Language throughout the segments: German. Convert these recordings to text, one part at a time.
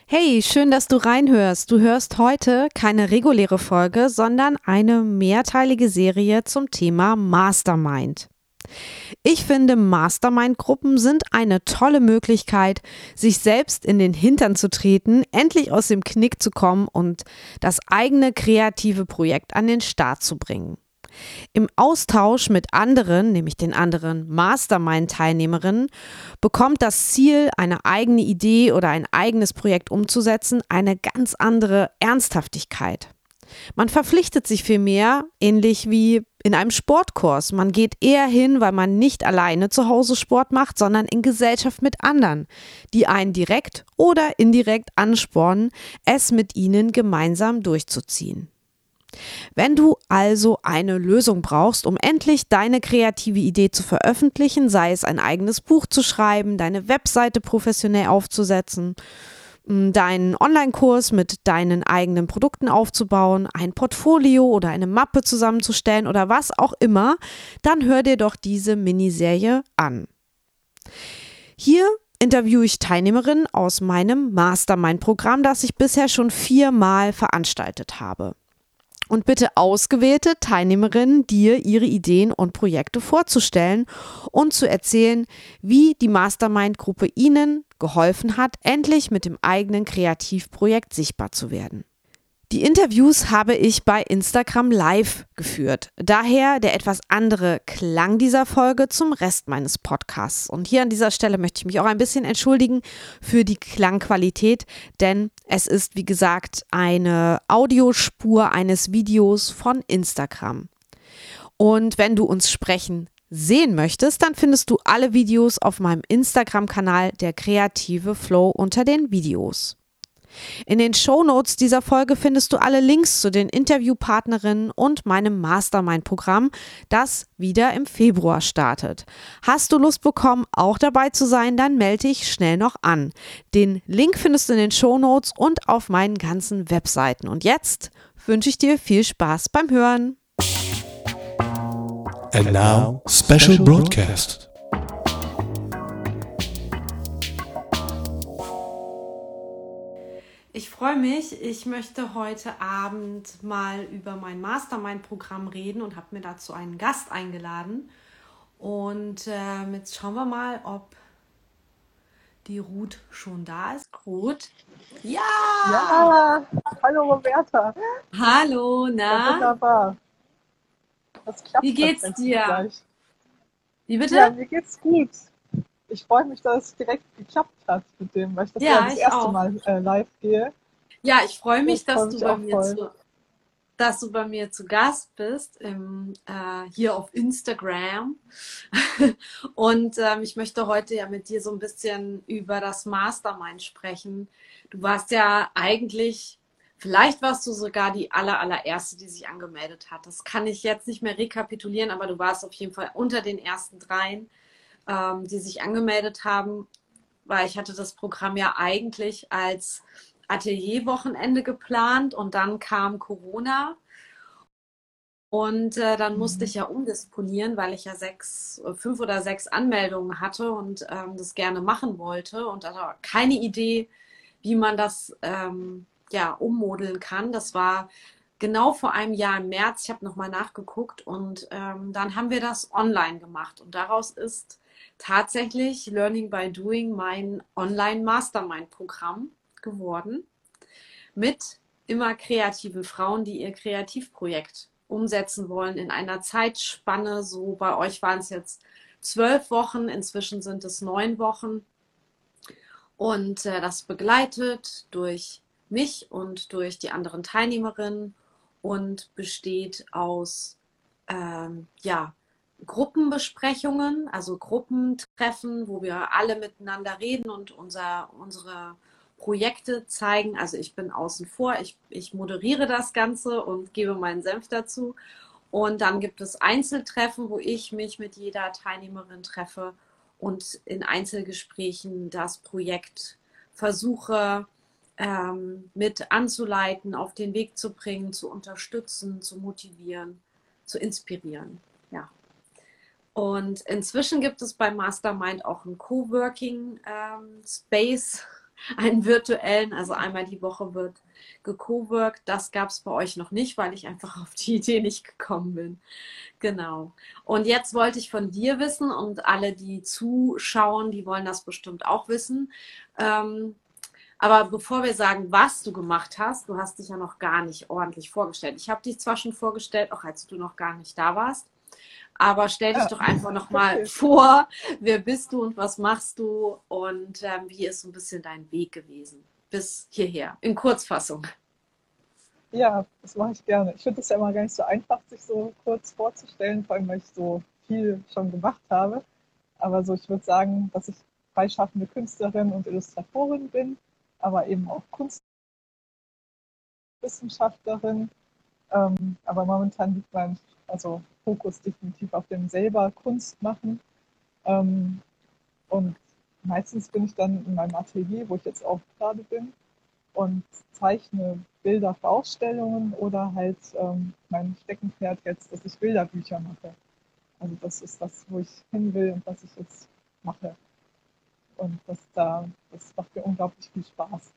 Hey, schön, dass du reinhörst. Du hörst heute keine reguläre Folge, sondern eine mehrteilige Serie zum Thema Mastermind. Ich finde, Mastermind-Gruppen sind eine tolle Möglichkeit, sich selbst in den Hintern zu treten, endlich aus dem Knick zu kommen und das eigene kreative Projekt an den Start zu bringen. Im Austausch mit anderen, nämlich den anderen Mastermind-Teilnehmerinnen, bekommt das Ziel, eine eigene Idee oder ein eigenes Projekt umzusetzen, eine ganz andere Ernsthaftigkeit. Man verpflichtet sich vielmehr, ähnlich wie in einem Sportkurs. Man geht eher hin, weil man nicht alleine zu Hause Sport macht, sondern in Gesellschaft mit anderen, die einen direkt oder indirekt anspornen, es mit ihnen gemeinsam durchzuziehen. Wenn du also eine Lösung brauchst, um endlich deine kreative Idee zu veröffentlichen, sei es ein eigenes Buch zu schreiben, deine Webseite professionell aufzusetzen, deinen Online-Kurs mit deinen eigenen Produkten aufzubauen, ein Portfolio oder eine Mappe zusammenzustellen oder was auch immer, dann hör dir doch diese Miniserie an. Hier interviewe ich Teilnehmerinnen aus meinem Mastermind-Programm, das ich bisher schon 4-mal veranstaltet habe. Und bitte ausgewählte Teilnehmerinnen, dir ihre Ideen und Projekte vorzustellen und zu erzählen, wie die Mastermind-Gruppe ihnen geholfen hat, endlich mit dem eigenen Kreativprojekt sichtbar zu werden. Die Interviews habe ich bei Instagram Live geführt. Daher der etwas andere Klang dieser Folge zum Rest meines Podcasts. Und hier an dieser Stelle möchte ich mich auch ein bisschen entschuldigen für die Klangqualität, denn es ist, wie gesagt, eine Audiospur eines Videos von Instagram. Und wenn du uns sprechen sehen möchtest, dann findest du alle Videos auf meinem Instagram-Kanal der Kreative Flow unter den Videos. In den Shownotes dieser Folge findest du alle Links zu den Interviewpartnerinnen und meinem Mastermind-Programm, das wieder im Februar startet. Hast du Lust bekommen, auch dabei zu sein, dann melde dich schnell noch an. Den Link findest du in den Shownotes und auf meinen ganzen Webseiten. Und jetzt wünsche ich dir viel Spaß beim Hören. And now, special broadcast. Ich freue mich. Ich möchte heute Abend mal über mein Mastermind-Programm reden und habe mir dazu einen Gast eingeladen. Und jetzt schauen wir mal, ob die Ruth schon da ist. Ruth? Ja! Ja, hallo Roberta. Hallo, Ja, na? wunderbar. Das klappt Wie geht's tatsächlich dir? gleich. Wie bitte? Ja, mir geht's gut. Ich freue mich, dass es direkt geklappt hat mit dem, weil ich das ja Ja, das ich erste auch. Mal live gehe. Ja, ich freue mich, Ich freue mich auch voll. dass du bei mir zu Gast bist, hier auf Instagram. Und ich möchte heute ja mit dir so ein bisschen über das Mastermind sprechen. Du warst ja eigentlich, vielleicht warst du sogar die allererste, die sich angemeldet hat. Das kann ich jetzt nicht mehr rekapitulieren, aber du warst auf jeden Fall unter den ersten 3, die sich angemeldet haben, weil ich hatte das Programm ja eigentlich als Atelierwochenende geplant und dann kam Corona und dann musste ich ja umdisponieren, weil ich ja 5 oder 6 Anmeldungen hatte und das gerne machen wollte und hatte keine Idee, wie man das ja ummodeln kann. Das war genau vor einem Jahr im März. Ich habe nochmal nachgeguckt und dann haben wir das online gemacht und daraus ist tatsächlich Learning by Doing mein Online-Mastermind-Programm geworden mit immer kreativen Frauen, die ihr Kreativprojekt umsetzen wollen in einer Zeitspanne. So bei euch waren es jetzt 12 Wochen, inzwischen sind es 9 Wochen. Und das begleitet durch mich und durch die anderen Teilnehmerinnen und besteht aus ja, Gruppenbesprechungen, also Gruppentreffen, wo wir alle miteinander reden und unsere Projekte zeigen. Also ich bin außen vor, ich moderiere das Ganze und gebe meinen Senf dazu. Und dann gibt es Einzeltreffen, wo ich mich mit jeder Teilnehmerin treffe und in Einzelgesprächen das Projekt versuche mit anzuleiten, auf den Weg zu bringen, zu unterstützen, zu motivieren, zu inspirieren. Ja. Und inzwischen gibt es bei Mastermind auch einen Coworking Space, einen virtuellen, also einmal die Woche wird gecoworkt. Das gab es bei euch noch nicht, weil ich einfach auf die Idee nicht gekommen bin. Genau. Und jetzt wollte ich von dir wissen und alle, die zuschauen, die wollen das bestimmt auch wissen. Ähm, aber bevor wir sagen, was du gemacht hast, du hast dich ja noch gar nicht ordentlich vorgestellt. Ich habe dich zwar schon vorgestellt, auch als du noch gar nicht da warst, aber stell dich Ja, doch einfach noch mal okay. vor, wer bist du und was machst du und wie ist so ein bisschen dein Weg gewesen bis hierher, in Kurzfassung. Ja, das mache ich gerne. Ich finde es ja immer gar nicht so einfach, sich so kurz vorzustellen, vor allem weil ich so viel schon gemacht habe. Aber so, ich würde sagen, dass ich freischaffende Künstlerin und Illustratorin bin, aber eben auch Kunstwissenschaftlerin. Aber momentan liegt mein also Fokus definitiv auf dem selber Kunst machen. Ähm, und meistens bin ich dann in meinem Atelier, wo ich jetzt auch gerade bin, und zeichne Bilder für Ausstellungen oder halt mein Steckenpferd jetzt, dass ich Bilderbücher mache. Also das ist das, wo ich hin will und was ich jetzt mache. Und das macht mir unglaublich viel Spaß.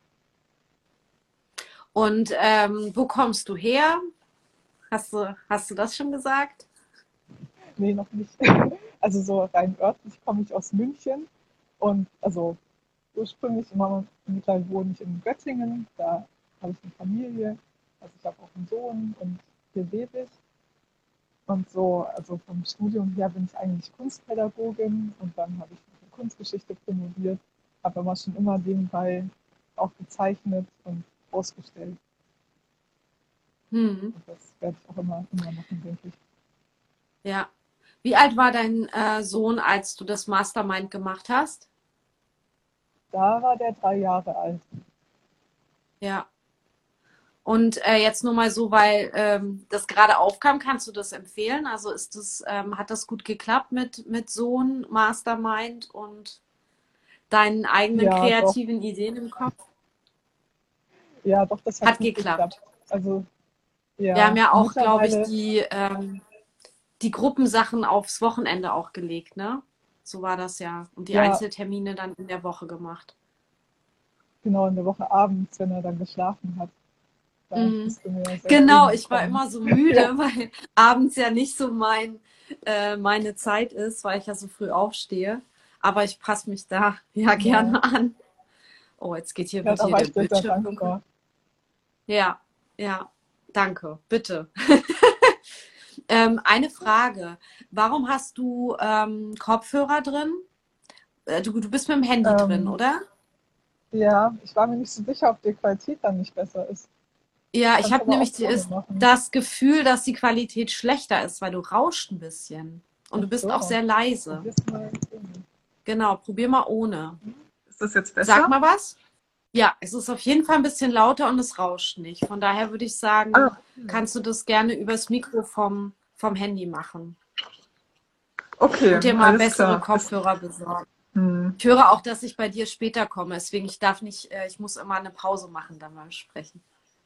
Und wo kommst du her? Hast du das schon gesagt? Nee, noch nicht. Also so rein örtlich komme ich aus München und also ursprünglich immer mittlerweile wohne ich in Göttingen, da habe ich eine Familie, also ich habe auch einen Sohn und hier lebe ich. Und so, also vom Studium her bin ich eigentlich Kunstpädagogin und dann habe ich in Kunstgeschichte promoviert, habe aber schon immer nebenbei auch gezeichnet und ausgestellt. Hm, Und das werde ich auch immer machen, denke ich. ja. Wie alt war dein Sohn, als du das Mastermind gemacht hast? Da war der 3 Jahre alt. Ja. Und jetzt nur mal so, weil das gerade aufkam, kannst du das empfehlen? Also hat das gut geklappt mit Sohn, Mastermind und deinen eigenen Ja, doch, kreativen Ideen im Kopf? ja, doch, das hat Hat gut geklappt. geklappt. Also Wir haben ja, ja auch, glaube ich, mittlerweile, die Gruppensachen aufs Wochenende auch gelegt, ne? So war das ja. Und die ja, Einzeltermine dann in der Woche gemacht. genau in der Woche abends, wenn er dann geschlafen hat, da Mhm. bist du mir ja sehr Genau, ich war entgegengekommen. immer so Ja, müde, weil abends ja nicht so meine Zeit ist, weil ich ja so früh aufstehe. Aber ich passe mich da ja genau. gerne an. Oh, Ja, wird da hier war der ich dir sehr Bildschirm dunkel. dankbar. Ja, ja, danke, bitte. Eine Frage. Warum hast du Kopfhörer drin? Du bist mit dem Handy drin, Ähm, oder? ja, ich war mir nicht so sicher, ob die Qualität dann nicht besser ist. Ja, ich Kannst habe aber auch nämlich ohne machen. das Gefühl, dass die Qualität schlechter ist, weil du rauscht ein bisschen. Und Ach du bist auch so, sehr leise. probier's mal ohne. Genau, probier mal ohne. Ist das jetzt Sag besser? mal was. Ja, es ist auf jeden Fall ein bisschen lauter und es rauscht nicht. Von daher würde ich sagen, Ah, kannst du das gerne übers Mikro vom Handy machen okay, und dir mal alles bessere klar. Kopfhörer besorgen. Hm, Ich höre auch, dass ich bei dir später komme, deswegen ich darf nicht, ich muss immer eine Pause machen dann beim Sprechen.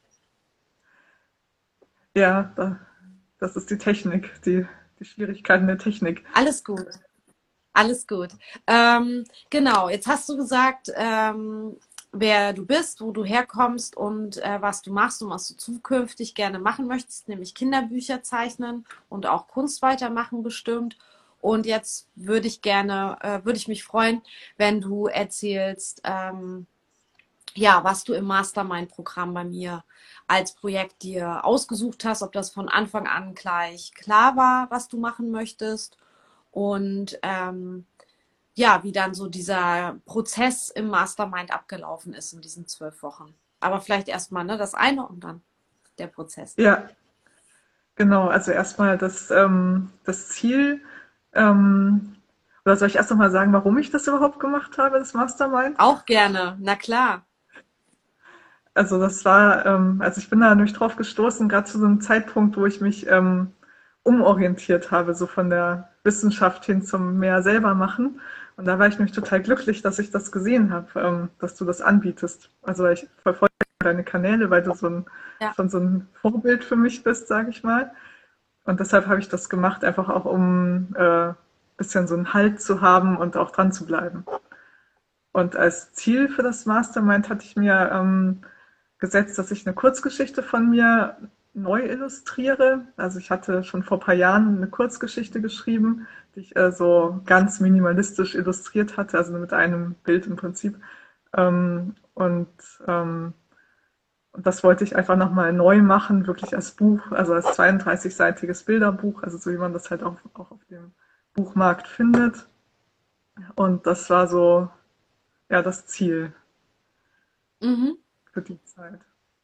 ja, das ist die Technik, die Schwierigkeiten der Technik. Alles gut. Alles gut. Genau, jetzt hast du gesagt, wer du bist, wo du herkommst und was du machst und was du zukünftig gerne machen möchtest, nämlich Kinderbücher zeichnen und auch Kunst weitermachen bestimmt. Und jetzt würde ich mich freuen, wenn du erzählst, ja, was du im Mastermind-Programm bei mir als Projekt dir ausgesucht hast, ob das von Anfang an gleich klar war, was du machen möchtest und ja, wie dann so dieser Prozess im Mastermind abgelaufen ist in diesen 12 Wochen. Aber vielleicht erstmal, ne, das eine und dann der Prozess. Ja, genau. Also erstmal das Ziel. Ähm, oder soll ich erst noch mal sagen, warum ich das überhaupt gemacht habe, das Mastermind? Auch gerne, na klar. Also das war, also ich bin da nämlich drauf gestoßen, gerade zu so einem Zeitpunkt, wo ich mich umorientiert habe, so von der Wissenschaft hin zum mehr selber machen. Und da war ich nämlich total glücklich, dass ich das gesehen habe, dass du das anbietest. Also ich verfolge deine Kanäle, weil du Ja. schon so ein Vorbild für mich bist, sage ich mal. Und deshalb habe ich das gemacht, einfach auch um bisschen so einen Halt zu haben und auch dran zu bleiben. Und als Ziel für das Mastermind hatte ich mir gesetzt, dass ich eine Kurzgeschichte von mir neu illustriere. Also ich hatte schon vor ein paar Jahren eine Kurzgeschichte geschrieben, die ich so ganz minimalistisch illustriert hatte, also mit einem Bild im Prinzip. Ähm, und, ähm, und das wollte ich einfach nochmal neu machen, wirklich als Buch, also als 32-seitiges Bilderbuch, also so wie man das halt auch auf dem Buchmarkt findet. Und das war so, ja, das Ziel Mhm. für die Zeit.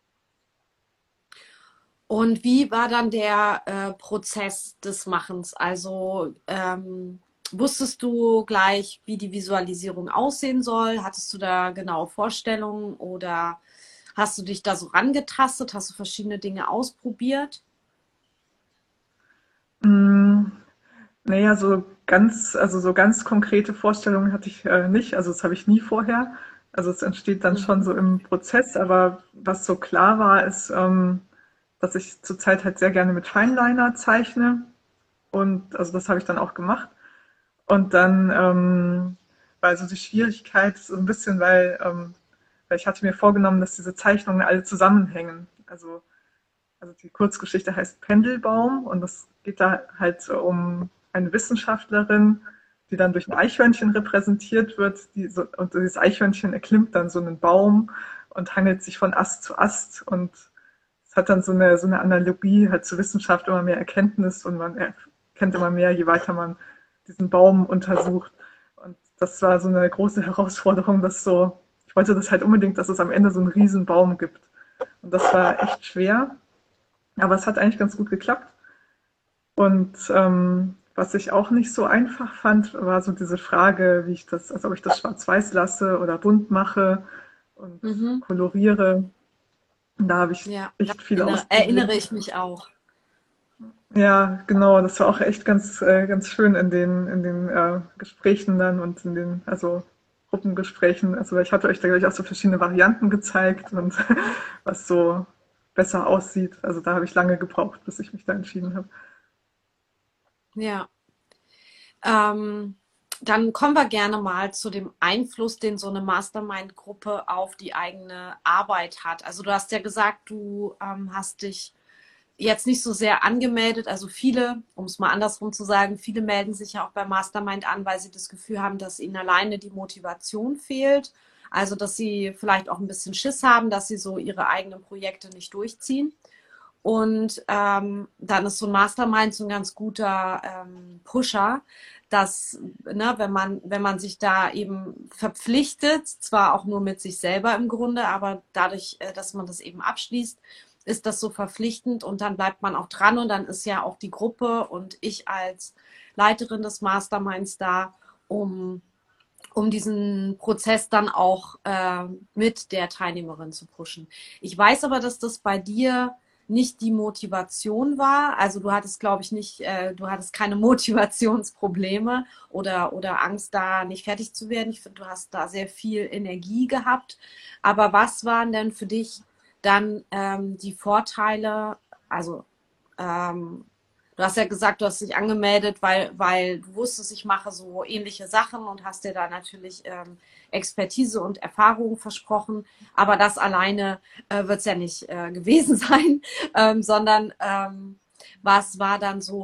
Und wie war dann der Prozess des Machens? Also wusstest du gleich, wie die Visualisierung aussehen soll? Hattest du da genaue Vorstellungen oder hast du dich da so rangetastet? Hast du verschiedene Dinge ausprobiert? Mm, naja, also so ganz konkrete Vorstellungen hatte ich nicht. Also das habe ich nie vorher. Also es entsteht dann schon Mhm. so im Prozess, aber was so klar war, ist, dass ich zurzeit halt sehr gerne mit Fineliner zeichne. Und also das habe ich dann auch gemacht. Und dann war also die Schwierigkeit so ein bisschen, weil ich hatte mir vorgenommen, dass diese Zeichnungen alle zusammenhängen. Also die Kurzgeschichte heißt Pendelbaum und es geht da halt um eine Wissenschaftlerin, die dann durch ein Eichhörnchen repräsentiert wird. Und dieses Eichhörnchen erklimmt dann so einen Baum und hangelt sich von Ast zu Ast. Und es hat dann so eine Analogie halt zur Wissenschaft, immer mehr Erkenntnis und man erkennt immer mehr, je weiter man diesen Baum untersucht. Und das war so eine große Herausforderung, ich wollte das halt unbedingt, dass es am Ende so einen riesen Baum gibt. Und das war echt schwer. Aber es hat eigentlich ganz gut geklappt. Und was ich auch nicht so einfach fand, war so diese Frage, also ob ich das schwarz-weiß lasse oder bunt mache und Mhm. koloriere. Und da habe ich Ja, echt viel erinnere ausprobiert. ich mich auch. Ja, genau, das war auch echt ganz schön in den Gesprächen dann und also Gruppengesprächen. Also ich hatte euch da gleich auch so verschiedene Varianten gezeigt und was so besser aussieht. Also da habe ich lange gebraucht, bis ich mich da entschieden habe. Ja. Ähm, Dann kommen wir gerne mal zu dem Einfluss, den so eine Mastermind-Gruppe auf die eigene Arbeit hat. Also du hast ja gesagt, du hast dich jetzt nicht so sehr angemeldet. Also viele, um es mal andersrum zu sagen, viele melden sich ja auch bei Mastermind an, weil sie das Gefühl haben, dass ihnen alleine die Motivation fehlt. Also dass sie vielleicht auch ein bisschen Schiss haben, dass sie so ihre eigenen Projekte nicht durchziehen. Und dann ist so ein Mastermind so ein ganz guter Pusher, dass, ne, wenn man sich da eben verpflichtet, zwar auch nur mit sich selber im Grunde, aber dadurch, dass man das eben abschließt, ist das so verpflichtend und dann bleibt man auch dran und dann ist ja auch die Gruppe und ich als Leiterin des Masterminds da, um, um diesen Prozess dann auch mit der Teilnehmerin zu pushen. Ich weiß aber, dass das bei dir nicht die Motivation war. Also du hattest, glaube ich, nicht, du hattest keine Motivationsprobleme oder Angst, da nicht fertig zu werden. Ich finde, du hast da sehr viel Energie gehabt. Aber was waren denn für dich dann die Vorteile? Also ähm, du hast ja gesagt, du hast dich angemeldet, weil du wusstest, ich mache so ähnliche Sachen und hast dir da natürlich Expertise und Erfahrung versprochen. Aber das alleine wird es ja nicht gewesen sein, sondern was war dann so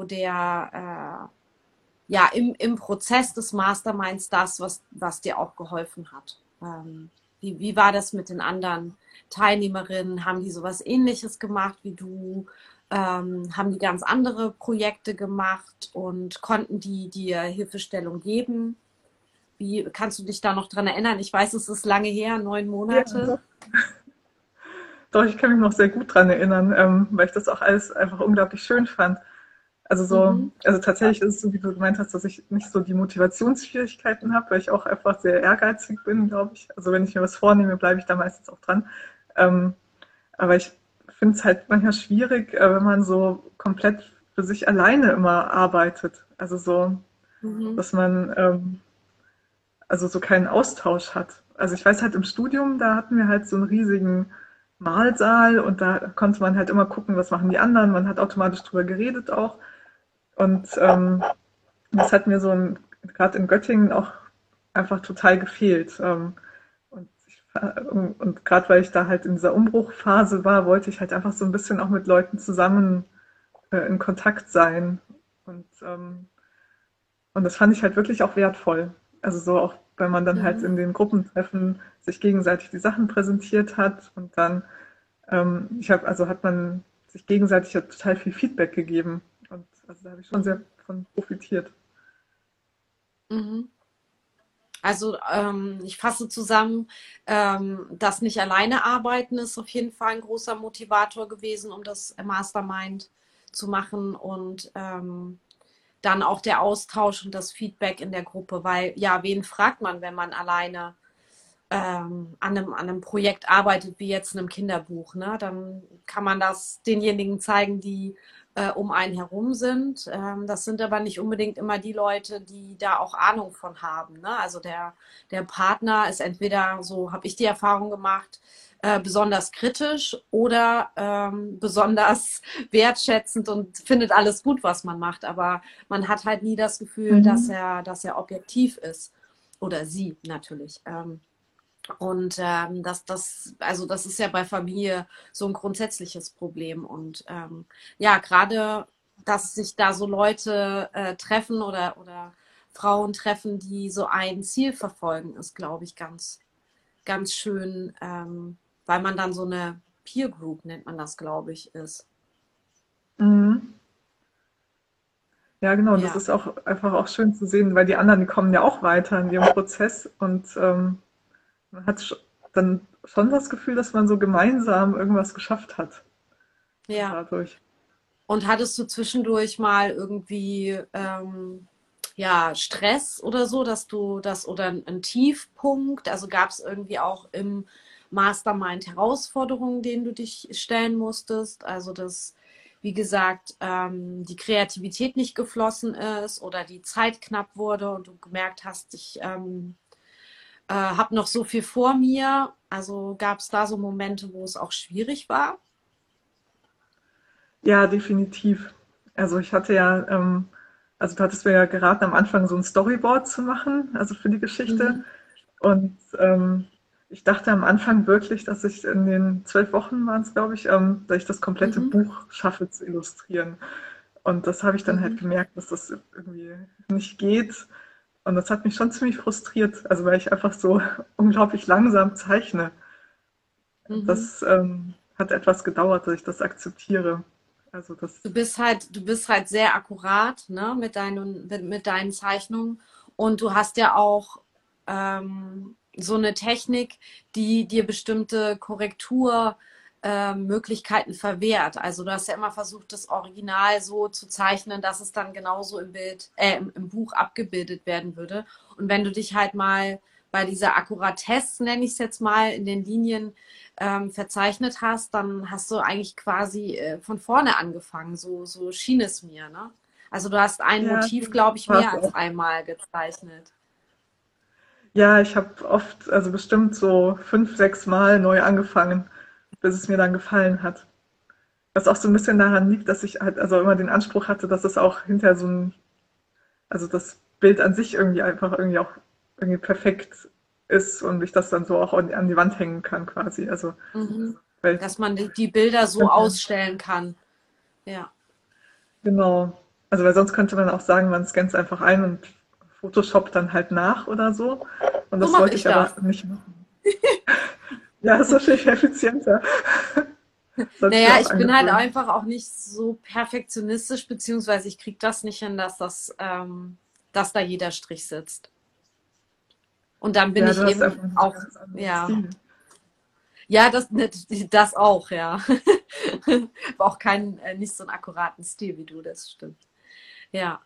ja, im Prozess des Masterminds das, was dir auch geholfen hat? Wie war das mit den anderen Teilnehmerinnen? Haben die sowas Ähnliches gemacht wie du? Haben die ganz andere Projekte gemacht und konnten die dir Hilfestellung geben? Wie kannst du dich da noch dran erinnern? Ich weiß, es ist lange her, neun Ja, Monate. doch, ich kann mich noch sehr gut dran erinnern, weil ich das auch alles einfach unglaublich schön fand. Mhm. Also tatsächlich ist es so, wie du gemeint hast, dass ich nicht so die Motivationsschwierigkeiten habe, weil ich auch einfach sehr ehrgeizig bin, glaube ich. Also wenn ich mir was vornehme, bleibe ich da meistens auch dran. Ähm, aber ich finde es halt manchmal schwierig, wenn man so komplett für sich alleine immer arbeitet. Mhm. Dass man also so keinen Austausch hat. Also ich weiß halt im Studium, da hatten wir halt so einen riesigen Malsaal und da konnte man halt immer gucken, was machen die anderen. Man hat automatisch drüber geredet auch. Und das hat mir gerade in Göttingen auch einfach total gefehlt. Und gerade weil ich da halt in dieser Umbruchphase war, wollte ich halt einfach so ein bisschen auch mit Leuten zusammen in Kontakt sein. Und, ähm, und das fand ich halt wirklich auch wertvoll. Also so auch, wenn man dann halt Mhm. in den Gruppentreffen sich gegenseitig die Sachen präsentiert hat und dann hat man sich gegenseitig ja total viel Feedback gegeben. Und also da habe ich schon sehr Mhm. von profitiert. Mhm. Also ich fasse zusammen, das nicht alleine arbeiten ist auf jeden Fall ein großer Motivator gewesen, um das Mastermind zu machen und dann auch der Austausch und das Feedback in der Gruppe, weil ja, wen fragt man, wenn man alleine an einem Projekt arbeitet, wie jetzt in einem Kinderbuch, ne? Dann kann man das denjenigen zeigen, die um einen herum sind. Das sind aber nicht unbedingt immer die Leute, die da auch Ahnung von haben. Ne? Also der Partner ist entweder, so habe ich die Erfahrung gemacht, besonders kritisch oder besonders wertschätzend und findet alles gut, was man macht. Aber man hat halt nie das Gefühl, Mhm. dass er objektiv ist. Oder sie natürlich. Und also das ist ja bei Familie so ein grundsätzliches Problem. Und ja, gerade, dass sich da so Leute treffen oder Frauen treffen, die so ein Ziel verfolgen, ist, glaube ich, ganz schön, weil man dann so eine Peer Group, nennt man das, glaube ich, ist. Mhm. Ja, genau. Und das Ja. ist auch einfach auch schön zu sehen, weil die anderen, die kommen ja auch weiter in ihrem Prozess und man hat dann schon das Gefühl, dass man so gemeinsam irgendwas geschafft hat. Dann Ja. dadurch. Und hattest du zwischendurch mal irgendwie ja, Stress oder so, dass du das oder ein Tiefpunkt? Also gab es irgendwie auch im Mastermind Herausforderungen, denen du dich stellen musstest? Also dass, wie gesagt, die Kreativität nicht geflossen ist oder die Zeit knapp wurde und du gemerkt hast, ich habe noch so viel vor mir. Also gab es da so Momente, wo es auch schwierig war? Ja, definitiv. Also ich hatte ja, also du hattest mir ja geraten, am Anfang so ein Storyboard zu machen, also für die Geschichte. Mhm. Und ich dachte am Anfang wirklich, dass ich in den 12 Wochen waren es, glaube ich, dass ich das komplette Mhm. Buch schaffe zu illustrieren. Und das habe ich dann halt Mhm. gemerkt, dass das irgendwie nicht geht. Und das hat mich schon ziemlich frustriert, also weil ich einfach so unglaublich langsam zeichne. Mhm. Das hat etwas gedauert, dass ich das akzeptiere. Also das, Du bist halt sehr akkurat, ne, mit deinen Zeichnungen. Und du hast ja auch so eine Technik, die dir bestimmte Korrekturmöglichkeiten verwehrt. Also du hast ja immer versucht, das Original so zu zeichnen, dass es dann genauso im Buch abgebildet werden würde. Und wenn du dich halt mal bei dieser Akkuratesse, nenne ich es jetzt mal, in den Linien verzeichnet hast, dann hast du eigentlich quasi von vorne angefangen. So schien es mir, ne? Also du hast ein ja, Motiv, so glaube ich, war mehr es als auch. einmal gezeichnet. Ja, ich habe oft, also bestimmt so 5, 6 Mal neu angefangen, bis es mir dann gefallen hat. Was auch so ein bisschen daran liegt, dass ich halt also immer den Anspruch hatte, dass es auch hinterher so ein, also das Bild an sich irgendwie einfach irgendwie auch irgendwie perfekt ist und ich das dann so auch an die Wand hängen kann quasi. Also, Mhm. weil Dass man die Bilder so könnte, ausstellen kann. Ja. genau. Also weil sonst könnte man auch sagen, man scannt es einfach ein und Photoshop dann halt nach oder so. Und So das mache wollte ich ich aber das. nicht machen. Ja, ist natürlich effizienter. Das hat sich Naja, auch ich bin halt angewöhnt. einfach auch nicht so perfektionistisch, beziehungsweise ich kriege das nicht hin, dass da jeder Strich sitzt. Und dann bin Ja, ich du hast eben einfach einen auch, ganz anderen ja, Stil. ja, das auch, ja. Aber auch nicht so einen akkuraten Stil wie du, das stimmt. Ja.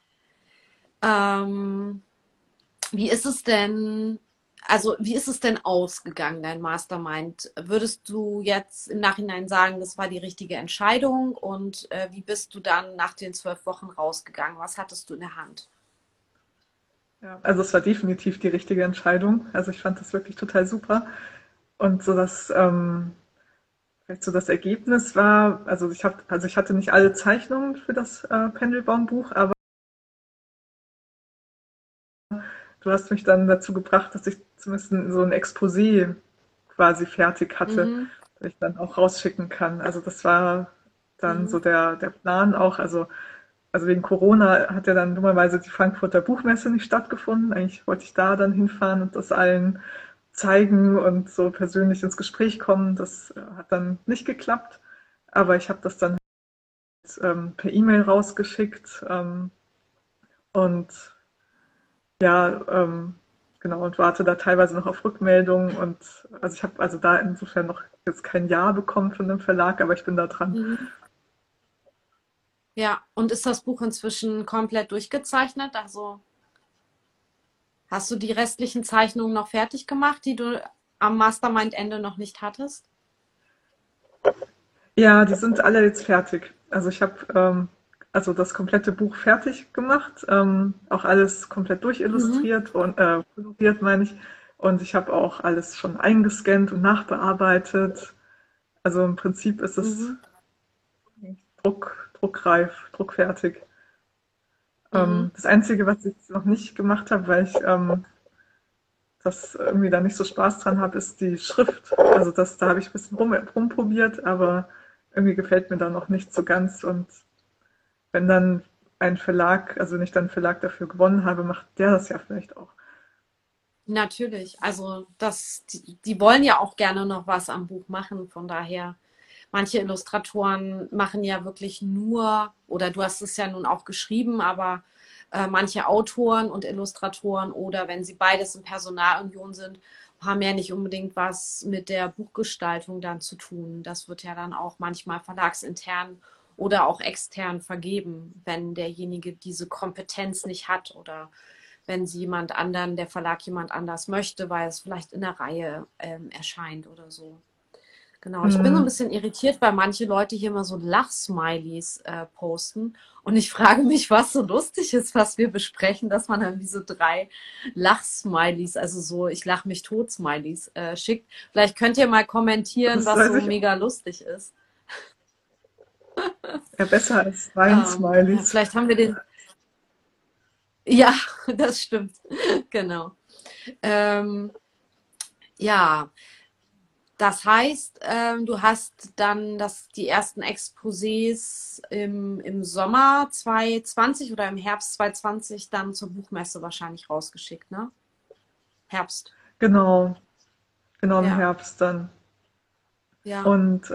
Ähm, wie ist es denn, wie ist es denn ausgegangen, dein Mastermind? Würdest du jetzt im Nachhinein sagen, das war die richtige Entscheidung? Und wie bist du dann nach den 12 Wochen rausgegangen? Was hattest du in der Hand? Ja, also es war definitiv die richtige Entscheidung. Also ich fand das wirklich total super. Und so das, vielleicht so das Ergebnis war, also ich hatte nicht alle Zeichnungen für das Pendelbaum-Buch, aber du hast mich dann dazu gebracht, dass ich zumindest so ein Exposé quasi fertig hatte, Mhm. das ich dann auch rausschicken kann. Also das war dann so Mhm. der Plan auch. Also wegen Corona hat ja dann dummerweise die Frankfurter Buchmesse nicht stattgefunden. Eigentlich wollte ich da dann hinfahren und das allen zeigen und so persönlich ins Gespräch kommen. Das hat dann nicht geklappt. Aber ich habe das dann per E-Mail rausgeschickt und ja, genau, und warte da teilweise noch auf Rückmeldungen. Und also ich habe also da insofern noch jetzt kein Ja bekommen von dem Verlag, aber ich bin da dran. Mhm. Ja, und ist das Buch inzwischen komplett durchgezeichnet? Also hast du die restlichen Zeichnungen noch fertig gemacht, die du am Mastermind-Ende noch nicht hattest? Ja, die sind alle jetzt fertig. Also ich habe also das komplette Buch fertig gemacht, auch alles komplett Mhm. durchillustriert und koloriert meine ich. Und ich habe auch alles schon eingescannt und nachbearbeitet. Also im Prinzip ist es Mhm. druckreif, druckfertig. Mhm. Das Einzige, was ich noch nicht gemacht habe, weil ich das irgendwie da nicht so Spaß dran habe, ist die Schrift. Also da habe ich ein bisschen rumprobiert, aber irgendwie gefällt mir da noch nicht so ganz. Und wenn dann ein Verlag, also wenn ich dann einen Verlag dafür gewonnen habe, macht der das ja vielleicht auch. Natürlich. Also die wollen ja auch gerne noch was am Buch machen. Von daher, manche Illustratoren machen ja wirklich nur, oder du hast es ja nun auch geschrieben, aber manche Autoren und Illustratoren oder wenn sie beides in Personalunion sind, haben ja nicht unbedingt was mit der Buchgestaltung dann zu tun. Das wird ja dann auch manchmal verlagsintern oder auch extern vergeben, wenn derjenige diese Kompetenz nicht hat oder wenn sie jemand anderen, der Verlag jemand anders möchte, weil es vielleicht in der Reihe erscheint oder so. Genau, ich bin so ein Hm, bisschen irritiert, weil manche Leute hier mal so Lachsmilies posten. Und ich frage mich, was so lustig ist, was wir besprechen, dass man dann diese drei Lachsmilies, also so ich lach mich tot Smileys, schickt. Vielleicht könnt ihr mal kommentieren, das was weiß so ich mega lustig ist. ja besser als Wein Ja, Smileys. vielleicht haben wir den. Ja, das stimmt. Genau. Ähm, ja, das heißt, du hast dann die ersten Exposés im Sommer 2020 oder im Herbst 2020 dann zur Buchmesse wahrscheinlich rausgeschickt, ne? Herbst. Genau, genau im Ja, Herbst dann. ja. Und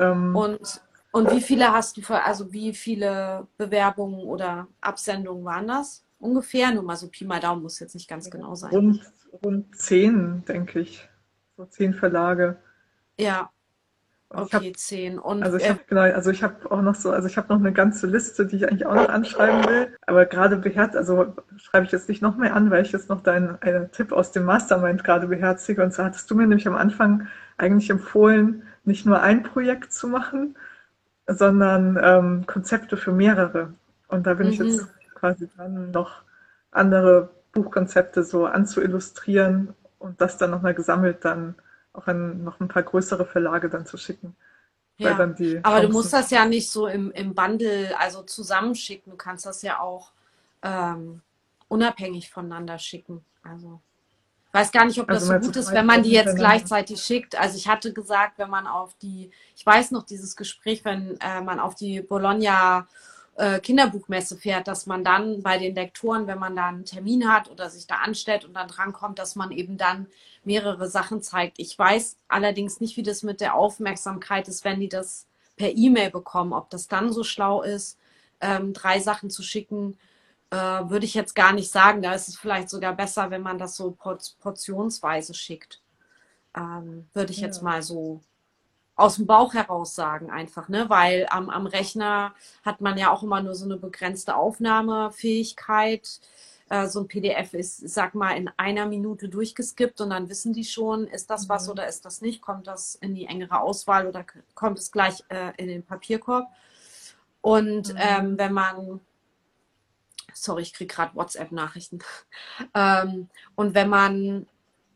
Und wie viele hast du also wie viele Bewerbungen oder Absendungen waren das? Ungefähr, nur mal so Pi mal Daumen, muss jetzt nicht ganz genau sein. rund, rund 10, denke ich. So 10 Verlage. Ja, Und ich habe okay, 10. Und Also ich habe genau, also ich habe auch noch so, also ich habe noch eine ganze Liste, die ich eigentlich auch noch anschreiben will. Aber gerade also schreibe ich jetzt nicht noch mehr an, weil ich jetzt noch deinen Tipp aus dem Mastermind gerade beherzige. Und so hattest du mir nämlich am Anfang eigentlich empfohlen, nicht nur ein Projekt zu machen, sondern Konzepte für mehrere. Und da bin ich jetzt mhm. quasi dran, noch andere Buchkonzepte so anzuillustrieren und das dann nochmal gesammelt dann auch an noch ein paar größere Verlage dann zu schicken, weil Ja, dann die aber du musst Chancen. das ja nicht so im Bundle, also zusammenschicken. Du kannst das ja auch ähm, unabhängig voneinander schicken. Also, ich weiß gar nicht, ob Also das so mal zu gut ist, wenn zweit man auch die jetzt hintereinander. gleichzeitig schickt. Also ich hatte gesagt, wenn man ich weiß noch dieses Gespräch, wenn man auf die Bologna Kinderbuchmesse fährt, dass man dann bei den Lektoren, wenn man da einen Termin hat oder sich da anstellt und dann drankommt, dass man eben dann mehrere Sachen zeigt. Ich weiß allerdings nicht, wie das mit der Aufmerksamkeit ist, wenn die das per E-Mail bekommen, ob das dann so schlau ist, drei Sachen zu schicken, würde ich jetzt gar nicht sagen. Da ist es vielleicht sogar besser, wenn man das so portionsweise schickt. Würde ich jetzt Ja. mal so aus dem Bauch heraus sagen einfach, ne? Weil am Rechner hat man ja auch immer nur so eine begrenzte Aufnahmefähigkeit. So ein PDF ist, sag mal, in einer Minute durchgeskippt und dann wissen die schon, ist das was Mhm. oder ist das nicht? Kommt das in die engere Auswahl oder kommt es gleich in den Papierkorb? Und Mhm. sorry, ich kriege gerade WhatsApp-Nachrichten. Und wenn man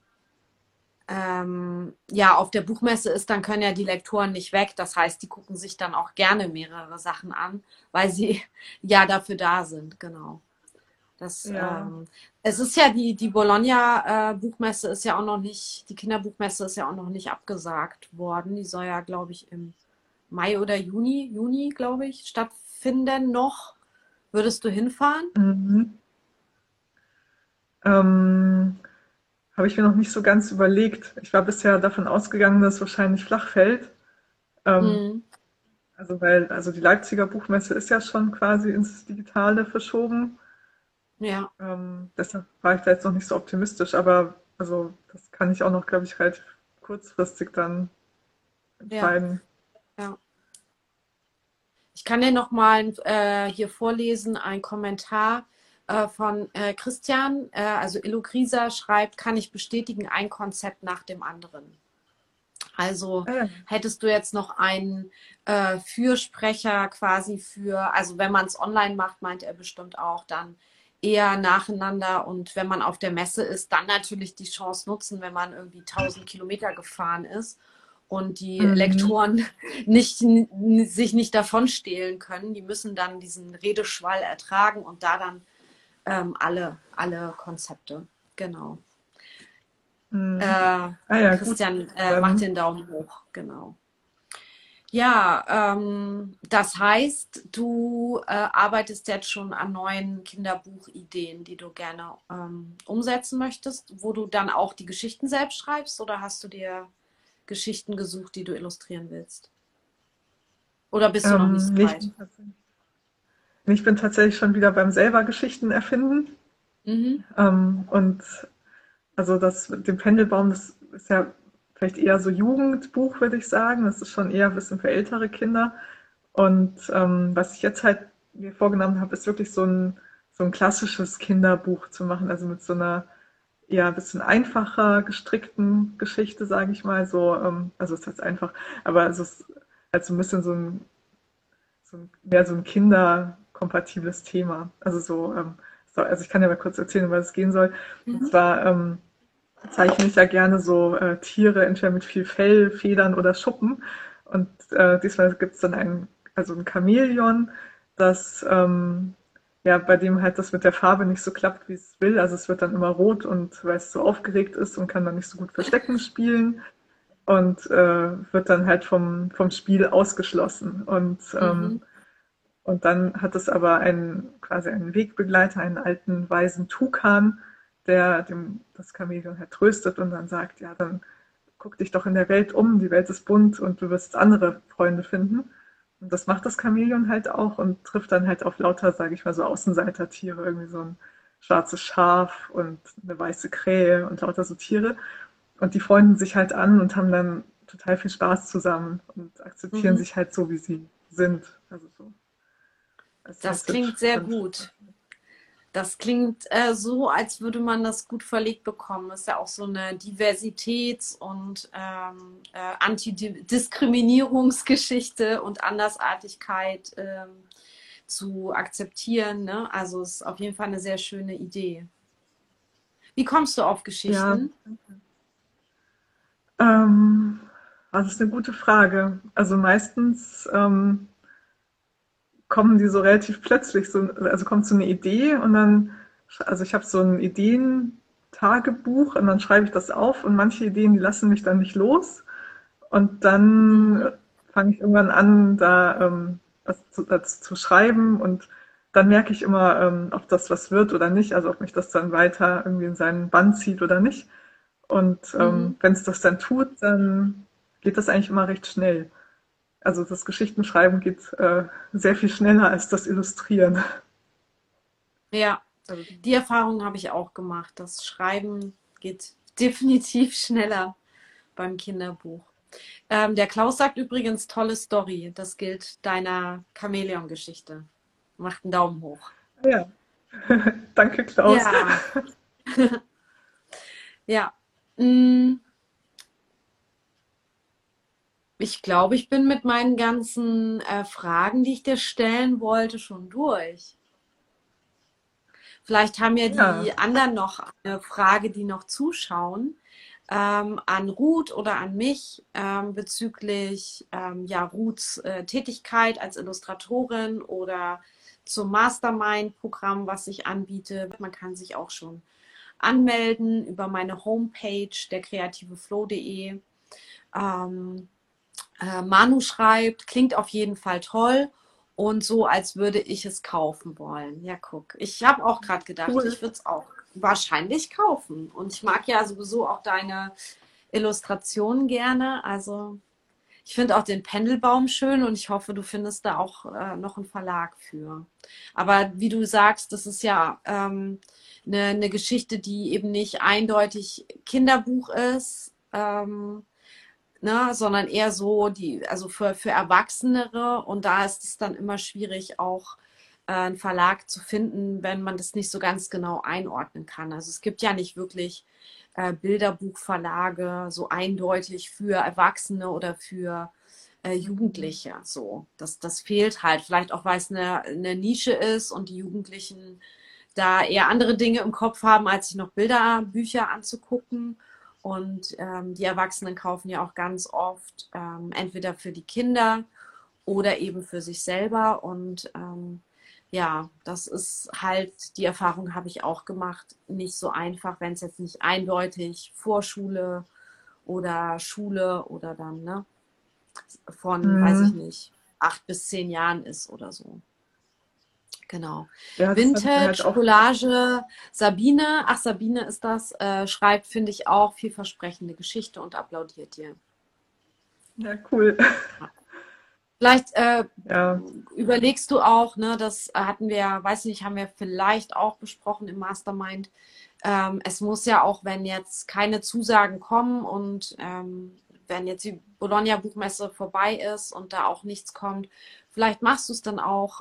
ja auf der Buchmesse ist, dann können ja die Lektoren nicht weg. Das heißt, die gucken sich dann auch gerne mehrere Sachen an, weil sie ja dafür da sind, genau. Das, Ja. es ist ja die Bologna-Buchmesse ist ja auch noch nicht, die Kinderbuchmesse ist ja auch noch nicht abgesagt worden. Die soll ja, glaube ich, im Mai oder Juni, glaube ich, stattfinden noch. Würdest du hinfahren? Mhm. Ähm, Habe ich mir noch nicht so ganz überlegt. Ich war bisher davon ausgegangen, dass es wahrscheinlich flach fällt. Ähm, Mhm. also die Leipziger Buchmesse ist ja schon quasi ins Digitale verschoben. Ja, Deshalb war ich da jetzt noch nicht so optimistisch, aber also das kann ich auch noch, glaube ich, relativ kurzfristig dann ja, entscheiden. ja. Ich kann dir noch mal hier vorlesen, ein Kommentar von Christian, also Illo Grieser schreibt, kann ich bestätigen, ein Konzept nach dem anderen. Also Ah ja. hättest du jetzt noch einen Fürsprecher quasi für, also wenn man es online macht, meint er bestimmt auch, dann eher nacheinander und wenn man auf der Messe ist, dann natürlich die Chance nutzen, wenn man irgendwie 1000 Kilometer gefahren ist und die Mhm. Lektoren sich nicht davon stehlen können. Die müssen dann diesen Redeschwall ertragen und da dann alle Konzepte. Genau. Mhm. Äh, Ah ja, gut. Christian macht Dann den Daumen hoch, genau. Ja, das heißt, du arbeitest jetzt schon an neuen Kinderbuchideen, die du gerne umsetzen möchtest, wo du dann auch die Geschichten selbst schreibst, oder hast du dir Geschichten gesucht, die du illustrieren willst? Oder bist du noch nicht so nee, weit? ich bin tatsächlich schon wieder beim selber Geschichten erfinden. Mhm. Und also das mit dem Pendelbaum, das ist ja vielleicht eher so Jugendbuch, würde ich sagen. Das ist schon eher ein bisschen für ältere Kinder. Und was ich jetzt halt mir vorgenommen habe, ist wirklich so ein klassisches Kinderbuch zu machen. Also mit so einer eher ein bisschen einfacher gestrickten Geschichte, sage ich mal. So, also es ist jetzt einfach, aber es ist halt so ein bisschen mehr so ein kinderkompatibles Thema. Also ich kann ja mal kurz erzählen, um was es gehen soll. Und Mhm. zwar zeichne ich ja gerne so Tiere, entweder mit viel Fell, Federn oder Schuppen. Und diesmal gibt es dann also ein Chamäleon, das ja, bei dem halt das mit der Farbe nicht so klappt, wie es will. Also es wird dann immer rot und weil es so aufgeregt ist und kann dann nicht so gut Verstecken spielen und wird dann halt vom Spiel ausgeschlossen. Mhm. Und dann hat es aber quasi einen Wegbegleiter, einen alten weisen Tukan, der das Chamäleon halt tröstet und dann sagt, ja, dann guck dich doch in der Welt um, die Welt ist bunt und du wirst andere Freunde finden. Und das macht das Chamäleon halt auch und trifft dann halt auf lauter, sage ich mal, so Außenseitertiere, irgendwie so ein schwarzes Schaf und eine weiße Krähe und lauter so Tiere. Und die freunden sich halt an und haben dann total viel Spaß zusammen und akzeptieren Mhm. sich halt so, wie sie sind. Also so als Das Message klingt sehr fand ich das. gut. Das klingt so, als würde man das gut verlegt bekommen. Das ist ja auch so eine Diversitäts- und Antidiskriminierungsgeschichte und Andersartigkeit zu akzeptieren. Ne? Also es ist auf jeden Fall eine sehr schöne Idee. Wie kommst du auf Ja, Geschichten? ähm, das ist eine gute Frage. Also meistens kommen die so relativ plötzlich, also kommt so eine Idee und dann, also ich habe so ein Ideentagebuch und dann schreibe ich das auf und manche Ideen, die lassen mich dann nicht los. Und dann Mhm. fange ich irgendwann an, da dazu zu schreiben und dann merke ich immer, ob das was wird oder nicht, also ob mich das dann weiter irgendwie in seinen Bann zieht oder nicht. Und Mhm. wenn es das dann tut, dann geht das eigentlich immer recht schnell. Also das Geschichtenschreiben geht sehr viel schneller als das Illustrieren. Ja, Also, die Erfahrung habe ich auch gemacht. Das Schreiben geht definitiv schneller beim Kinderbuch. Der Klaus sagt übrigens, tolle Story. Das gilt deiner Chamäleon-Geschichte. Macht einen Daumen hoch. ja, danke Klaus. Ja, ja. Mm, Ich glaube, ich bin mit meinen ganzen Fragen, die ich dir stellen wollte, schon durch. Vielleicht haben ja Ja, die anderen noch eine Frage, die noch zuschauen, an Ruth oder an mich bezüglich ja, Ruths Tätigkeit als Illustratorin oder zum Mastermind-Programm, was ich anbiete. Man kann sich auch schon anmelden über meine Homepage, derkreativeflow.de. Ähm, Manu schreibt, klingt auf jeden Fall toll und so, als würde ich es kaufen wollen. Ja, guck. Ich habe auch gerade gedacht, Cool. ich würde es auch wahrscheinlich kaufen. Und ich mag ja sowieso auch deine Illustrationen gerne. Also ich finde auch den Pendelbaum schön und ich hoffe, du findest da auch noch einen Verlag für. Aber wie du sagst, das ist ja eine Geschichte, die eben nicht eindeutig Kinderbuch ist. Ne, sondern eher so also für Erwachsenere. Und da ist es dann immer schwierig, auch einen Verlag zu finden, wenn man das nicht so ganz genau einordnen kann. Also es gibt ja nicht wirklich Bilderbuchverlage so eindeutig für Erwachsene oder für Jugendliche. So, das fehlt halt. Vielleicht auch, weil es eine Nische ist und die Jugendlichen da eher andere Dinge im Kopf haben, als sich noch Bilderbücher anzugucken. Und die Erwachsenen kaufen ja auch ganz oft entweder für die Kinder oder eben für sich selber. Und ja, das ist halt, die Erfahrung habe ich auch gemacht, nicht so einfach, wenn es jetzt nicht eindeutig Vorschule oder Schule oder dann ne, von, weiß ich Mhm. nicht, 8 bis 10 Jahren ist oder so. Genau. Ja, das habe ich mir halt Vintage, auch gedacht. Collage, Sabine, ach Sabine ist das, schreibt, finde ich auch, vielversprechende Geschichte und applaudiert dir. Ja, cool. Vielleicht Ja. überlegst du auch, ne, das hatten wir, weiß nicht, haben wir vielleicht auch besprochen im Mastermind. Es muss ja auch, wenn jetzt keine Zusagen kommen und wenn jetzt die Bologna-Buchmesse vorbei ist und da auch nichts kommt, vielleicht machst du es dann auch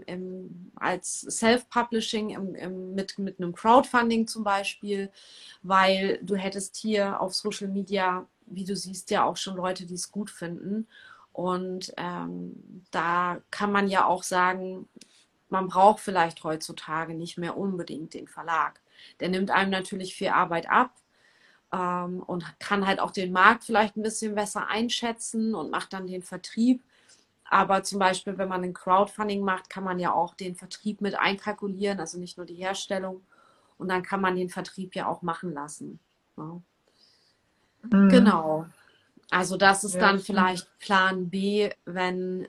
als Self-Publishing mit einem Crowdfunding zum Beispiel, weil du hättest hier auf Social Media, wie du siehst, ja auch schon Leute, die es gut finden. Und da kann man ja auch sagen, man braucht vielleicht heutzutage nicht mehr unbedingt den Verlag. Der nimmt einem natürlich viel Arbeit ab und kann halt auch den Markt vielleicht ein bisschen besser einschätzen und macht dann den Vertrieb. Aber zum Beispiel, wenn man ein Crowdfunding macht, kann man ja auch den Vertrieb mit einkalkulieren, also nicht nur die Herstellung. Und dann kann man den Vertrieb ja auch machen lassen. Ja. Mhm. Genau. Also das ist Ja, dann stimmt. vielleicht Plan B, wenn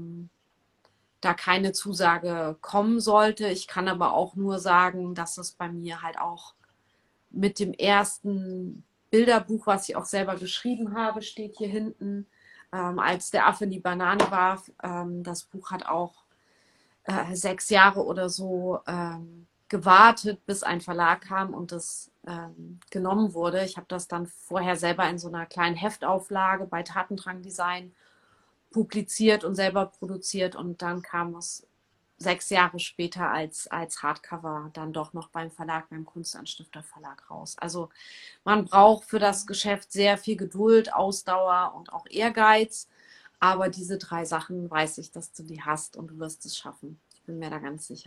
da keine Zusage kommen sollte. Ich kann aber auch nur sagen, dass es bei mir halt auch mit dem ersten Bilderbuch, was ich auch selber geschrieben habe, steht hier hinten, als der Affe in die Banane warf. Das Buch hat auch 6 Jahre oder so gewartet, bis ein Verlag kam und das genommen wurde. Ich habe das dann vorher selber in so einer kleinen Heftauflage bei Tatendrang Design publiziert und selber produziert und dann kam es 6 Jahre später als Hardcover dann doch noch beim Verlag, beim Kunstanstifter Verlag raus. Also man braucht für das Geschäft sehr viel Geduld, Ausdauer und auch Ehrgeiz. Aber diese 3 Sachen weiß ich, dass du die hast und du wirst es schaffen. Ich bin mir da ganz sicher.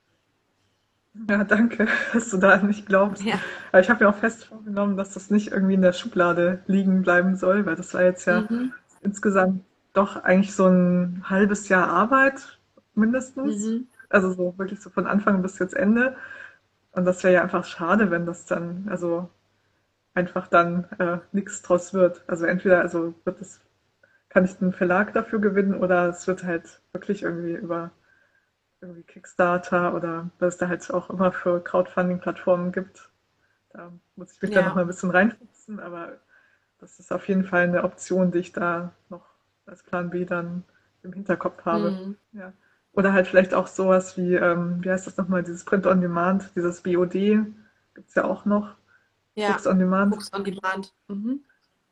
Ja, danke, dass du da an mich glaubst. Ja. Aber ich habe mir auch fest vorgenommen, dass das nicht irgendwie in der Schublade liegen bleiben soll, weil das war jetzt ja Mhm. insgesamt doch eigentlich so ein halbes Jahr Arbeit mindestens. Mhm. Also so wirklich so von Anfang bis jetzt Ende. Und das wäre ja einfach schade, wenn das dann, also einfach dann nichts draus wird. Also entweder also wird es, kann ich einen Verlag dafür gewinnen oder es wird halt wirklich irgendwie über irgendwie Kickstarter oder was es da halt auch immer für Crowdfunding-Plattformen gibt. Da muss ich mich dann noch Ja. mal ein bisschen reinfuchsen, aber das ist auf jeden Fall eine Option, die ich da noch als Plan B dann im Hinterkopf habe. Mhm. Ja. Oder halt vielleicht auch sowas wie heißt das nochmal, dieses Print on Demand, dieses BOD gibt es ja auch noch, Ja. Books on Demand. Books on Demand. Mhm.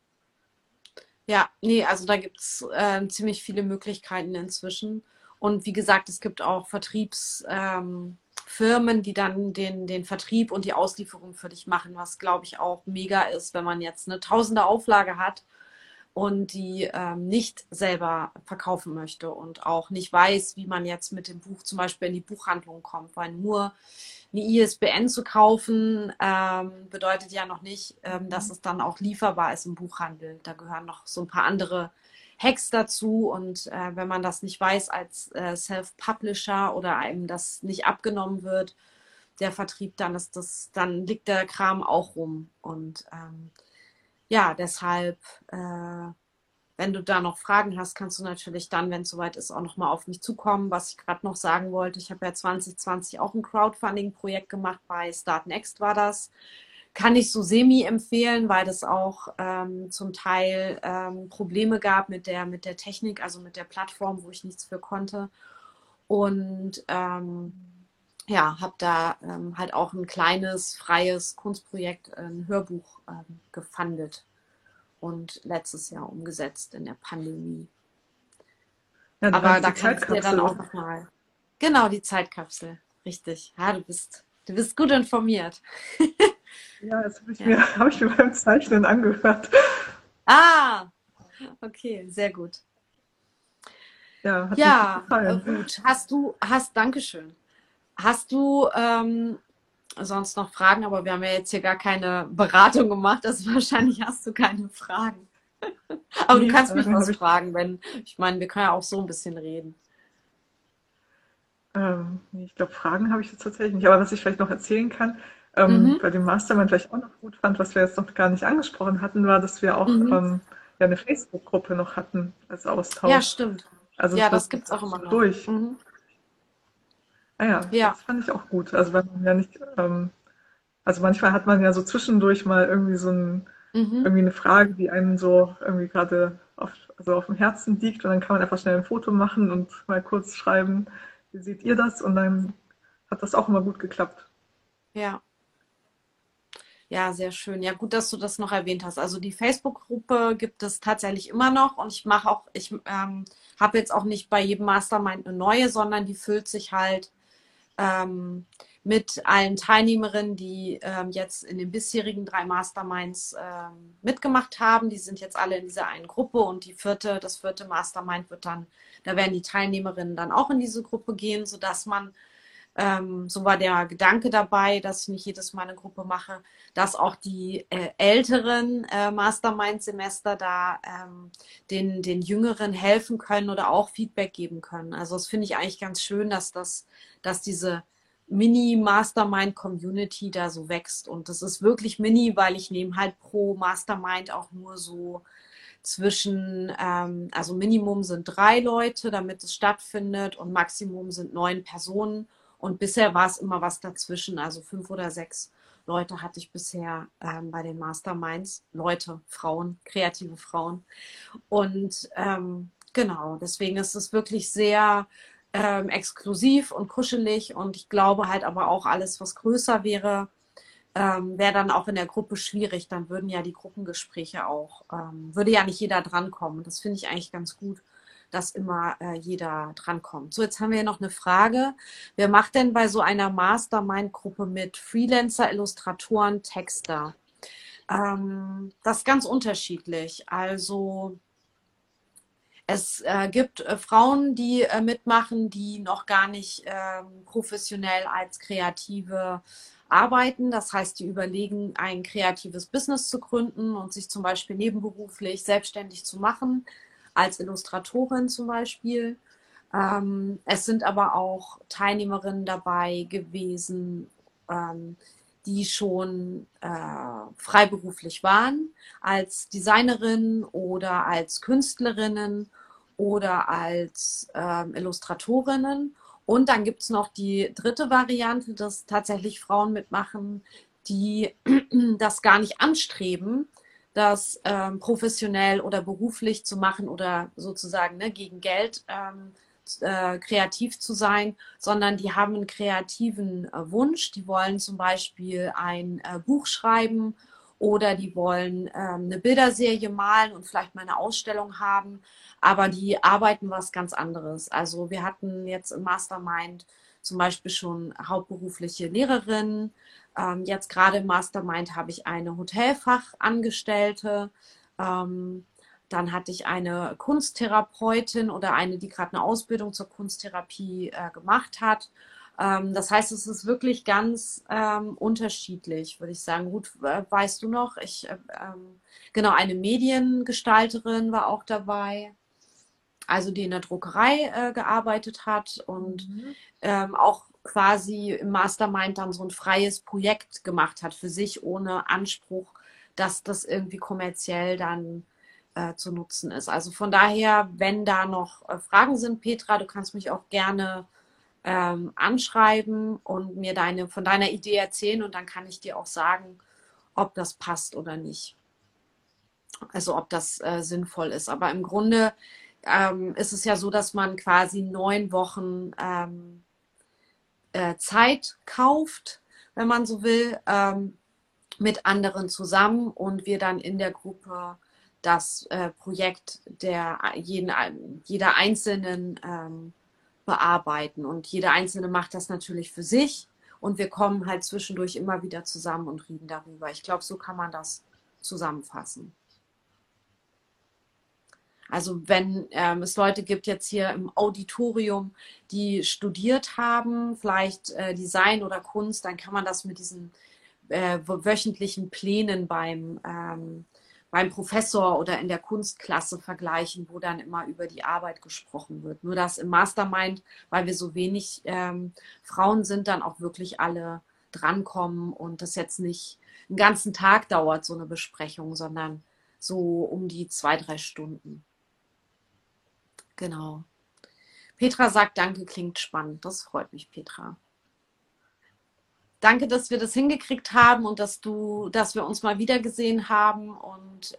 Ja, nee, also da gibt's ziemlich viele Möglichkeiten inzwischen. Und wie gesagt, es gibt auch Firmen, die dann den Vertrieb und die Auslieferung für dich machen, was glaube ich auch mega ist, wenn man jetzt eine tausende Auflage hat und die nicht selber verkaufen möchte und auch nicht weiß, wie man jetzt mit dem Buch zum Beispiel in die Buchhandlung kommt, weil nur eine ISBN zu kaufen bedeutet ja noch nicht, dass es dann auch lieferbar ist im Buchhandel. Da gehören noch so ein paar andere Hacks dazu und wenn man das nicht weiß als Self-Publisher oder einem das nicht abgenommen wird, der Vertrieb, dann liegt der Kram auch rum. Und ja, deshalb, wenn du da noch Fragen hast, kannst du natürlich dann, wenn es soweit ist, auch nochmal auf mich zukommen. Was ich gerade noch sagen wollte, ich habe ja 2020 auch ein Crowdfunding-Projekt gemacht, bei Start Next war das. Kann ich so semi empfehlen, weil das auch zum Teil Probleme gab mit der Technik, also mit der Plattform, wo ich nichts für konnte. Und ja, habe da halt auch ein kleines, freies Kunstprojekt, ein Hörbuch gefundet und letztes Jahr umgesetzt in der Pandemie. Ja, du Aber meinst da die kann ich dir dann auch Zeitkapsel. nochmal. Genau, die Zeitkapsel. Richtig. Ja, du bist gut informiert. Ja, das habe ich Ja. habe ich mir beim Zeichnen angehört. Ah, okay, sehr gut. Ja, hat mir gut Ja, gefallen. Ruth, Dankeschön. Hast du sonst noch Fragen? Aber wir haben ja jetzt hier gar keine Beratung gemacht, also wahrscheinlich hast du keine Fragen. Aber du Nee, kannst mich Fragen was habe ich. fragen, ich meine, wir können ja auch so ein bisschen reden. Nee, ich glaube, Fragen habe ich jetzt tatsächlich nicht. Aber was ich vielleicht noch erzählen kann, Mhm, bei dem Mastermind, was ich auch noch gut fand, was wir jetzt noch gar nicht angesprochen hatten, war, dass wir auch mhm. ja eine Facebook-Gruppe noch hatten als Ja, Austausch. stimmt. Also Ja, so das gibt's auch immer noch. zwischendurch. Mhm. Ah ja, Ja. das fand ich auch gut. Also weil man ja nicht, also manchmal hat man ja so zwischendurch mal irgendwie Mhm. irgendwie eine Frage, die einem so irgendwie gerade also auf dem Herzen liegt und dann kann man einfach schnell ein Foto machen und mal kurz schreiben, wie seht ihr das? Und dann hat das auch immer gut geklappt. Ja. Ja, sehr schön. Ja, gut, dass du das noch erwähnt hast. Also die Facebook-Gruppe gibt es tatsächlich immer noch und ich habe jetzt auch nicht bei jedem Mastermind eine neue, sondern die füllt sich halt ähm, mit allen Teilnehmerinnen, die jetzt in den bisherigen 3 Masterminds mitgemacht haben. Die sind jetzt alle in dieser einen Gruppe und das vierte Mastermind da werden die Teilnehmerinnen dann auch in diese Gruppe gehen, sodass man so war der Gedanke dabei, dass ich nicht jedes Mal eine Gruppe mache, dass auch die älteren Mastermind-Semester da den Jüngeren helfen können oder auch Feedback geben können. Also das finde ich eigentlich ganz schön, dass diese Mini-Mastermind-Community da so wächst. Und das ist wirklich mini, weil ich nehme halt pro Mastermind auch nur so also Minimum sind 3 Leute, damit es stattfindet und Maximum sind 9 Personen. Und bisher war es immer was dazwischen, also 5 oder 6 Leute hatte ich bisher bei den Masterminds. Leute, Frauen, kreative Frauen. Und genau, deswegen ist es wirklich sehr exklusiv und kuschelig und ich glaube halt aber auch alles, was größer wäre dann auch in der Gruppe schwierig. Dann würden ja die Gruppengespräche auch, würde ja nicht jeder drankommen. Das finde ich eigentlich ganz gut, dass immer jeder drankommt. So, jetzt haben wir hier noch eine Frage. Wer macht denn bei so einer Mastermind-Gruppe mit? Freelancer, Illustratoren, Texter? Das ist ganz unterschiedlich. Also es gibt Frauen, die mitmachen, die noch gar nicht professionell als Kreative arbeiten. Das heißt, die überlegen, ein kreatives Business zu gründen und sich zum Beispiel nebenberuflich selbstständig zu machen, als Illustratorin zum Beispiel. Es sind aber auch Teilnehmerinnen dabei gewesen, ähm, die schon freiberuflich waren, als Designerin oder als Künstlerinnen oder als Illustratorinnen. Und dann gibt es noch die dritte Variante, dass tatsächlich Frauen mitmachen, die das gar nicht anstreben, das professionell oder beruflich zu machen oder sozusagen ne, gegen Geld kreativ zu sein, sondern die haben einen kreativen Wunsch. Die wollen zum Beispiel ein Buch schreiben oder die wollen eine Bilderserie malen und vielleicht mal eine Ausstellung haben, aber die arbeiten was ganz anderes. Also wir hatten jetzt im Mastermind zum Beispiel schon hauptberufliche Lehrerinnen. Jetzt gerade im Mastermind habe ich eine Hotelfachangestellte. Ähm, Dann hatte ich eine Kunsttherapeutin oder eine, die gerade eine Ausbildung zur Kunsttherapie gemacht hat. Das heißt, es ist wirklich ganz unterschiedlich, würde ich sagen. Gut, weißt du noch? Genau, eine Mediengestalterin war auch dabei. also die in der Druckerei gearbeitet hat und auch quasi im Mastermind dann so ein freies Projekt gemacht hat für sich, ohne Anspruch, dass das irgendwie kommerziell dann zu nutzen ist. Also von daher, wenn da noch Fragen sind, Petra, du kannst mich auch gerne anschreiben und mir von deiner Idee erzählen und dann kann ich dir auch sagen, ob das passt oder nicht. Also ob das sinnvoll ist. Aber im Grunde ist es ja so, dass man quasi 9 Wochen Zeit kauft, wenn man so will, mit anderen zusammen und wir dann in der Gruppe das Projekt jeder Einzelnen bearbeiten. Und jeder Einzelne macht das natürlich für sich und wir kommen halt zwischendurch immer wieder zusammen und reden darüber. Ich glaube, so kann man das zusammenfassen. Also wenn es Leute gibt jetzt hier im Auditorium, die studiert haben, vielleicht Design oder Kunst, dann kann man das mit diesen wöchentlichen Plänen beim Professor oder in der Kunstklasse vergleichen, wo dann immer über die Arbeit gesprochen wird. Nur dass im Mastermind, weil wir so wenig Frauen sind, dann auch wirklich alle drankommen und das jetzt nicht einen ganzen Tag dauert, so eine Besprechung, sondern so um die 2-3 Stunden. Genau. Petra sagt, danke, klingt spannend. Das freut mich, Petra. Danke, dass wir das hingekriegt haben und dass wir uns mal wieder gesehen haben. Und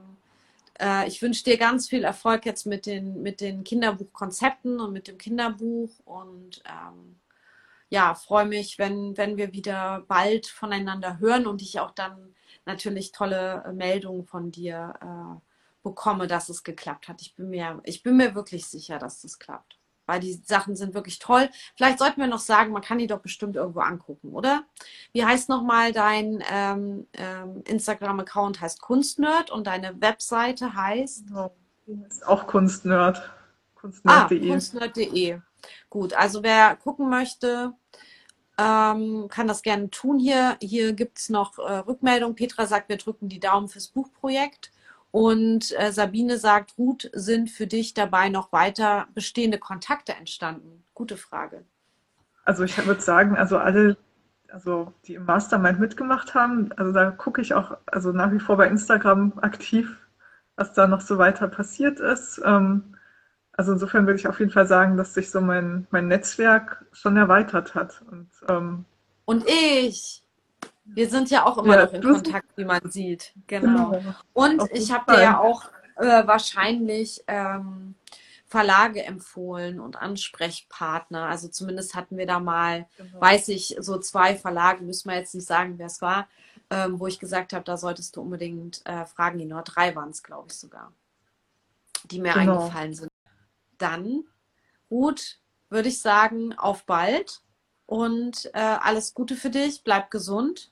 ich wünsche dir ganz viel Erfolg jetzt mit den Kinderbuchkonzepten und mit dem Kinderbuch. Und ja, freue mich, wenn wir wieder bald voneinander hören und ich auch dann natürlich tolle Meldungen von dir bekomme, dass es geklappt hat. Ich bin mir wirklich sicher, dass das klappt. Weil die Sachen sind wirklich toll. Vielleicht sollten wir noch sagen, man kann die doch bestimmt irgendwo angucken, oder? Wie heißt nochmal dein Instagram-Account? Heißt Kunstnerd und deine Webseite heißt? Genau. Die ist auch Kunstnerd. Kunstnerd.de. Kunstnerd.de. Gut, also wer gucken möchte, kann das gerne tun hier. Hier gibt es noch Rückmeldung. Petra sagt, wir drücken die Daumen fürs Buchprojekt. Und Sabine sagt, Ruth, sind für dich dabei noch weiter bestehende Kontakte entstanden? Gute Frage. Also ich würde sagen, also alle, also die im Mastermind mitgemacht haben, also da gucke ich auch also nach wie vor bei Instagram aktiv, was da noch so weiter passiert ist. Also insofern würde ich auf jeden Fall sagen, dass sich so mein Netzwerk schon erweitert hat. Und ich. Wir sind ja auch immer noch in Kontakt, wie man sieht. Genau. Und ich habe dir ja auch wahrscheinlich Verlage empfohlen und Ansprechpartner. Also zumindest hatten wir da mal, weiß ich, so 2 Verlage, müssen wir jetzt nicht sagen, wer es war, wo ich gesagt habe, da solltest du unbedingt fragen. Die nur 3 waren es, glaube ich sogar, die mir eingefallen sind. Dann, Ruth, würde ich sagen, auf bald und alles Gute für dich, bleib gesund.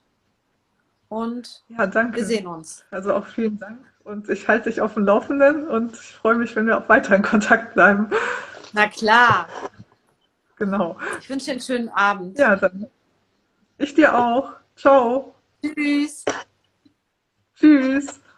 Und ja, danke. Wir sehen uns. Also auch vielen Dank und ich halte dich auf dem Laufenden und ich freue mich, wenn wir auch weiter in Kontakt bleiben. Na klar. Genau. Ich wünsche dir einen schönen Abend. Ja, dann. Ich dir auch. Ciao. Tschüss. Tschüss.